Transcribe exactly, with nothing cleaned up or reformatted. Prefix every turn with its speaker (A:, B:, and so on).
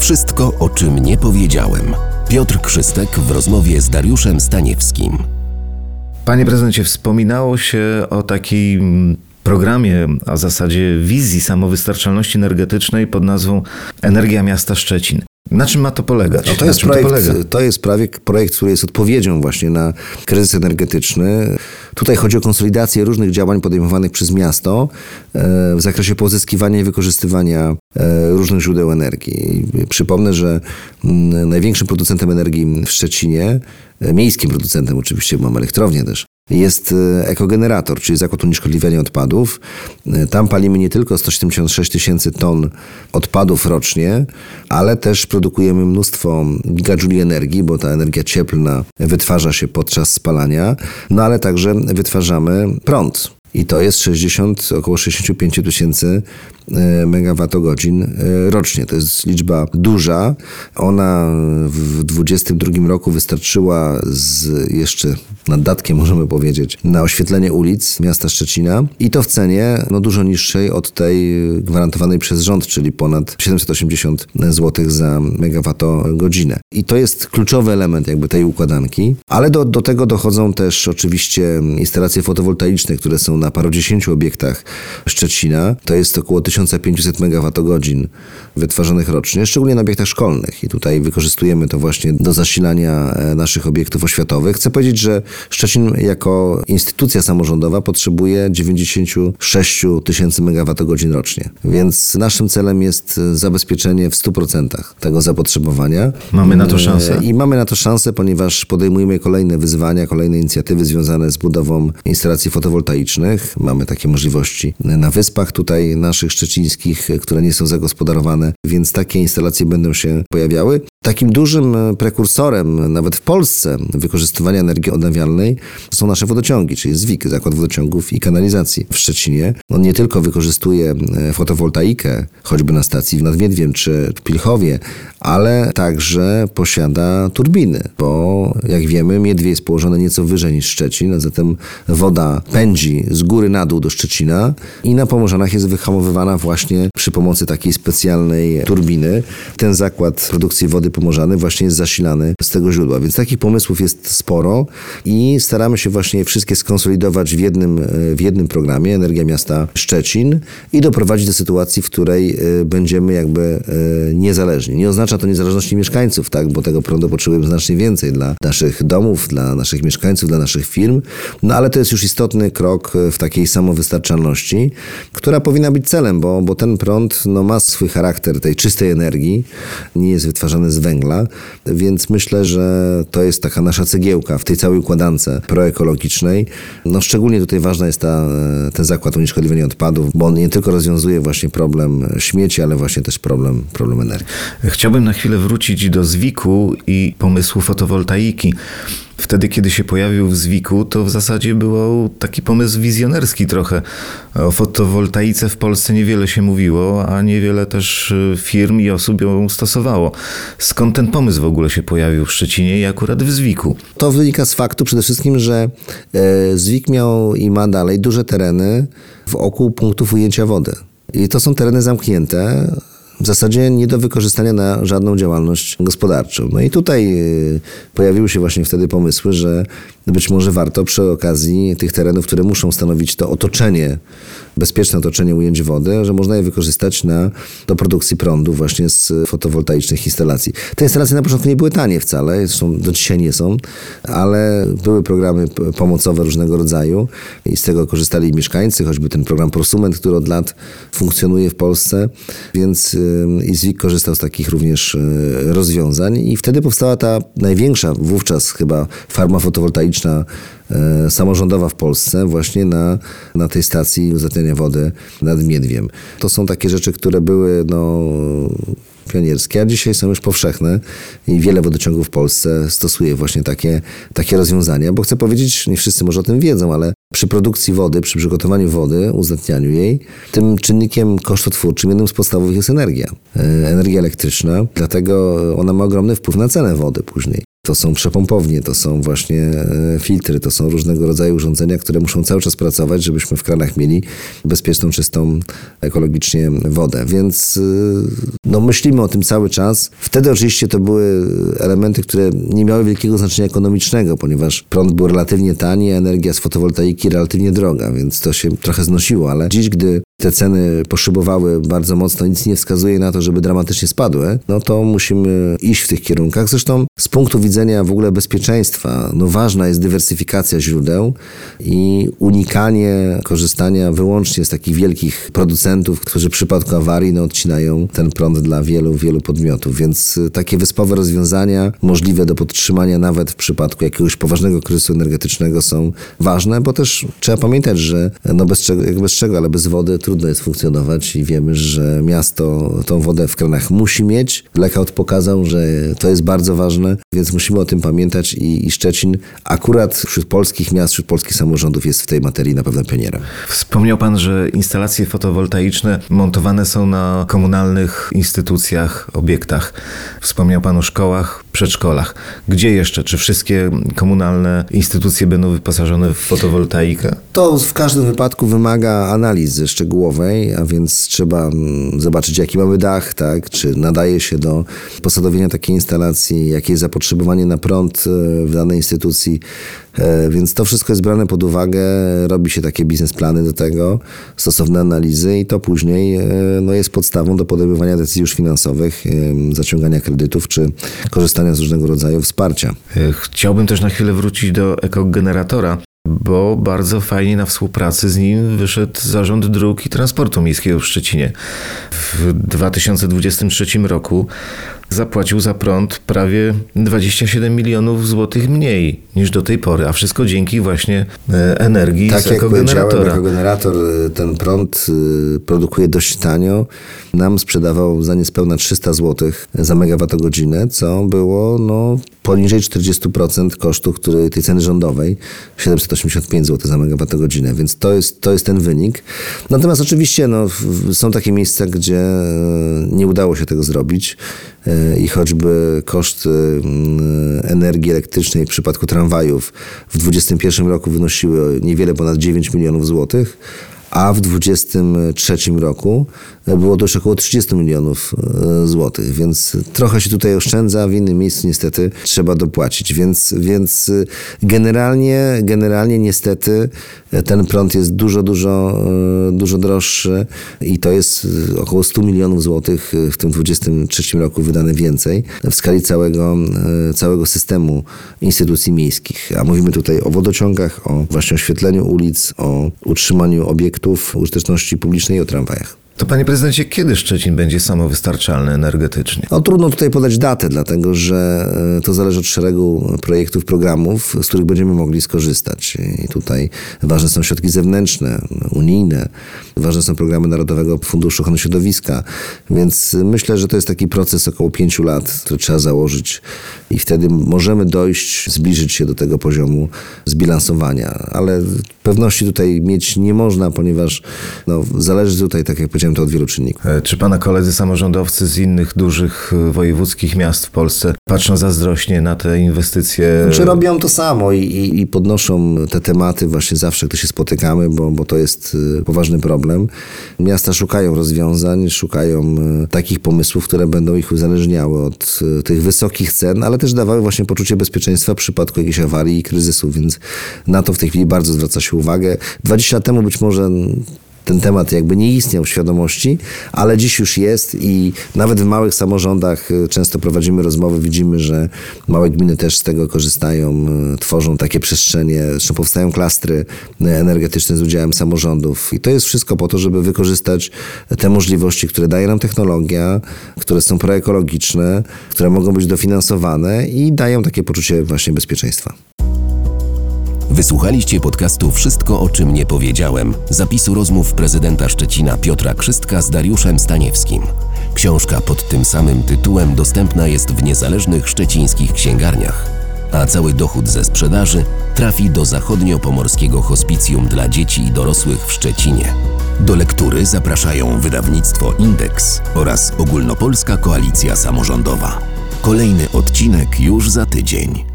A: Wszystko, o czym nie powiedziałem. Piotr Krzystek w rozmowie z Dariuszem Staniewskim.
B: Panie prezydencie, wspominało się o takim programie, a w zasadzie wizji samowystarczalności energetycznej pod nazwą Energia Miasta Szczecin. Na czym ma to polegać?
C: No to, jest
B: czym
C: projekt,
B: to, polega?
C: to jest projekt, projekt, który jest odpowiedzią właśnie na kryzys energetyczny. Tutaj chodzi o konsolidację różnych działań podejmowanych przez miasto w zakresie pozyskiwania i wykorzystywania różnych źródeł energii. Przypomnę, że największym producentem energii w Szczecinie, miejskim producentem oczywiście, bo mam elektrownię też, jest ekogenerator, czyli zakład unieszkodliwiania odpadów. Tam palimy nie tylko sto siedemdziesiąt sześć tysięcy ton odpadów rocznie, ale też produkujemy mnóstwo gigadżuli energii, bo ta energia cieplna wytwarza się podczas spalania, no ale także wytwarzamy prąd. I to jest sześćdziesiąt, około sześćdziesiąt pięć tysięcy megawattogodzin rocznie. To jest liczba duża. Ona w dwudziestym drugim roku wystarczyła z jeszcze naddatkiem, możemy powiedzieć, na oświetlenie ulic miasta Szczecina i to w cenie no, dużo niższej od tej gwarantowanej przez rząd, czyli ponad siedemset osiemdziesiąt złotych za megawattogodzinę. I to jest kluczowy element jakby tej układanki, ale do, do tego dochodzą też oczywiście instalacje fotowoltaiczne, które są na parudziesięciu obiektach Szczecina. To jest około tysiąc pięćset megawattogodzin wytwarzanych rocznie, szczególnie na obiektach szkolnych. I tutaj wykorzystujemy to właśnie do zasilania naszych obiektów oświatowych. Chcę powiedzieć, że Szczecin jako instytucja samorządowa potrzebuje dziewięćdziesiąt sześć tysięcy megawattogodzin rocznie. Więc naszym celem jest zabezpieczenie w stu procentach tego zapotrzebowania.
B: Mamy na to szansę.
C: I mamy na to szansę, ponieważ podejmujemy kolejne wyzwania, kolejne inicjatywy związane z budową instalacji fotowoltaicznych. Mamy takie możliwości na wyspach tutaj naszych szczecińskich, które nie są zagospodarowane, więc takie instalacje będą się pojawiały. Takim dużym prekursorem, nawet w Polsce, wykorzystywania energii odnawialnej są nasze wodociągi, czyli Z W I K, Zakład Wodociągów i Kanalizacji w Szczecinie. On nie tylko wykorzystuje fotowoltaikę, choćby na stacji w Nadmiedwiem czy w Pilchowie, ale także posiada turbiny, bo jak wiemy, Miedwie jest położone nieco wyżej niż Szczecin, a zatem woda pędzi z góry na dół do Szczecina i na Pomorzanach jest wyhamowywana właśnie przy pomocy takiej specjalnej turbiny. Ten zakład produkcji wody Pomorzany właśnie jest zasilany z tego źródła, więc takich pomysłów jest sporo i staramy się właśnie je wszystkie skonsolidować w jednym, w jednym programie Energia Miasta Szczecin i doprowadzić do sytuacji, w której będziemy jakby niezależni. Nie oznacza to niezależności mieszkańców, tak, bo tego prądu potrzebujemy znacznie więcej dla naszych domów, dla naszych mieszkańców, dla naszych firm, no ale to jest już istotny krok w takiej samowystarczalności, która powinna być celem, bo, bo ten prąd no, ma swój charakter tej czystej energii, nie jest wytwarzany z węgla, więc myślę, że to jest taka nasza cegiełka w tej całej układance proekologicznej. No szczególnie tutaj ważna jest ta, ten zakład unieszkodliwiania odpadów, bo on nie tylko rozwiązuje właśnie problem śmieci, ale właśnie też problem, problem energii.
B: Chciałbym na chwilę wrócić do Z W I K-u i pomysłu fotowoltaiki. Wtedy, kiedy się pojawił w Z W I K-u, to w zasadzie był taki pomysł wizjonerski trochę. O fotowoltaice w Polsce niewiele się mówiło, a niewiele też firm i osób ją stosowało. Skąd ten pomysł w ogóle się pojawił w Szczecinie i akurat w Z W I K-u?
C: To wynika z faktu przede wszystkim, że Z W I K miał i ma dalej duże tereny wokół punktów ujęcia wody. I to są tereny zamknięte, w zasadzie nie do wykorzystania na żadną działalność gospodarczą. No i tutaj pojawiły się właśnie wtedy pomysły, że być może warto przy okazji tych terenów, które muszą stanowić to otoczenie, bezpieczne otoczenie ujęć wody, że można je wykorzystać na, do produkcji prądu właśnie z fotowoltaicznych instalacji. Te instalacje na początku nie były tanie wcale, zresztą do dzisiaj nie są, ale były programy pomocowe różnego rodzaju i z tego korzystali mieszkańcy, choćby ten program Prosument, który od lat funkcjonuje w Polsce, więc i Z W I K korzystał z takich również rozwiązań i wtedy powstała ta największa wówczas chyba farma fotowoltaiczna samorządowa w Polsce właśnie na, na tej stacji uzdatniania wody nad Miedwiem. To są takie rzeczy, które były no, pionierskie, a dzisiaj są już powszechne i wiele wodociągów w Polsce stosuje właśnie takie, takie rozwiązania, bo chcę powiedzieć, nie wszyscy może o tym wiedzą, ale przy produkcji wody, przy przygotowaniu wody, uzdatnianiu jej, tym czynnikiem kosztotwórczym jednym z podstawowych jest energia. Energia elektryczna, dlatego ona ma ogromny wpływ na cenę wody później. To są przepompownie, to są właśnie filtry, to są różnego rodzaju urządzenia, które muszą cały czas pracować, żebyśmy w kranach mieli bezpieczną, czystą ekologicznie wodę. Więc no myślimy o tym cały czas. Wtedy oczywiście to były elementy, które nie miały wielkiego znaczenia ekonomicznego, ponieważ prąd był relatywnie tani, a energia z fotowoltaiki relatywnie droga, więc to się trochę znosiło, ale dziś, gdy te ceny poszybowały bardzo mocno, nic nie wskazuje na to, żeby dramatycznie spadły, no to musimy iść w tych kierunkach. Zresztą z punktu widzenia w ogóle bezpieczeństwa, no ważna jest dywersyfikacja źródeł i unikanie korzystania wyłącznie z takich wielkich producentów, którzy w przypadku awarii no, odcinają ten prąd dla wielu, wielu podmiotów. Więc takie wyspowe rozwiązania, możliwe do podtrzymania nawet w przypadku jakiegoś poważnego kryzysu energetycznego są ważne, bo też trzeba pamiętać, że no bez czego, jak bez czego, ale bez wody trudno jest funkcjonować i wiemy, że miasto tą wodę w kranach musi mieć. Blackout pokazał, że to jest bardzo ważne, więc musimy o tym pamiętać i, i Szczecin akurat wśród polskich miast, wśród polskich samorządów jest w tej materii na pewno pionierem.
B: Wspomniał pan, że instalacje fotowoltaiczne montowane są na komunalnych instytucjach, obiektach. Wspomniał pan o szkołach, przedszkolach. Gdzie jeszcze? Czy wszystkie komunalne instytucje będą wyposażone w fotowoltaikę?
C: To w każdym wypadku wymaga analizy szczegółowej, a więc trzeba zobaczyć, jaki mamy dach, tak? Czy nadaje się do posadowienia takiej instalacji, jakie jest zapotrzebowanie na prąd w danej instytucji. Więc to wszystko jest brane pod uwagę, robi się takie biznesplany do tego, stosowne analizy i to później no, jest podstawą do podejmowania decyzji już finansowych, zaciągania kredytów czy korzystania z różnego rodzaju wsparcia.
B: Chciałbym też na chwilę wrócić do ekogeneratora, bo bardzo fajnie na współpracy z nim wyszedł Zarząd Dróg i Transportu Miejskiego w Szczecinie. W dwa tysiące dwudziestym trzecim roku zapłacił za prąd prawie dwadzieścia siedem milionów złotych mniej niż do tej pory, a wszystko dzięki właśnie energii
C: tak
B: z ekogeneratora.
C: Tak jak powiedziałem, ekogenerator ten prąd produkuje dość tanio. Nam sprzedawał za niespełna trzysta złotych za megawattogodzinę, co było no, poniżej czterdzieści procent kosztu który, tej ceny rządowej, siedemset osiemdziesiąt pięć złotych za megawattogodzinę, więc to jest, to jest ten wynik. Natomiast oczywiście no, są takie miejsca, gdzie nie udało się tego zrobić i choćby koszt energii elektrycznej w przypadku tramwajów w dwudziestym pierwszym roku wynosiły niewiele ponad dziewięć milionów złotych, a w dwudziestym trzecim roku było to już około trzydzieści milionów złotych, więc trochę się tutaj oszczędza, w innym miejscu niestety trzeba dopłacić, więc, więc generalnie, generalnie niestety ten prąd jest dużo, dużo, dużo droższy i to jest około sto milionów złotych w tym dwudziestym trzecim roku wydane więcej w skali całego, całego systemu instytucji miejskich, a mówimy tutaj o wodociągach, o właśnie oświetleniu ulic, o utrzymaniu obiektów użyteczności publicznej i o tramwajach.
B: To panie prezydencie, kiedy Szczecin będzie samowystarczalny energetycznie?
C: No trudno tutaj podać datę, dlatego że to zależy od szeregu projektów, programów, z których będziemy mogli skorzystać. I tutaj ważne są środki zewnętrzne, unijne, ważne są programy Narodowego Funduszu Ochrony Środowiska, więc myślę, że to jest taki proces około pięciu lat, który trzeba założyć i wtedy możemy dojść, zbliżyć się do tego poziomu zbilansowania, ale pewności tutaj mieć nie można, ponieważ no, zależy tutaj, tak jak powiedziałem, to od wielu czynników.
B: Czy pana koledzy samorządowcy z innych dużych wojewódzkich miast w Polsce patrzą zazdrośnie na te inwestycje?
C: Czy robią to samo i, i, i podnoszą te tematy właśnie zawsze, gdy się spotykamy, bo, bo to jest poważny problem. Miasta szukają rozwiązań, szukają takich pomysłów, które będą ich uzależniały od tych wysokich cen, ale też dawały właśnie poczucie bezpieczeństwa w przypadku jakiejś awarii i kryzysu, więc na to w tej chwili bardzo zwraca się uwagę. dwadzieścia lat temu być może ten temat jakby nie istniał w świadomości, ale dziś już jest i nawet w małych samorządach często prowadzimy rozmowy, widzimy, że małe gminy też z tego korzystają, tworzą takie przestrzenie, zresztą powstają klastry energetyczne z udziałem samorządów i to jest wszystko po to, żeby wykorzystać te możliwości, które daje nam technologia, które są proekologiczne, które mogą być dofinansowane i dają takie poczucie właśnie bezpieczeństwa.
A: Wysłuchaliście podcastu Wszystko, o czym nie powiedziałem, zapisu rozmów prezydenta Szczecina Piotra Krzystka z Dariuszem Staniewskim. Książka pod tym samym tytułem dostępna jest w niezależnych szczecińskich księgarniach, a cały dochód ze sprzedaży trafi do Zachodnio-Pomorskiego Hospicjum dla Dzieci i Dorosłych w Szczecinie. Do lektury zapraszają wydawnictwo Indeks oraz Ogólnopolska Koalicja Samorządowa. Kolejny odcinek już za tydzień.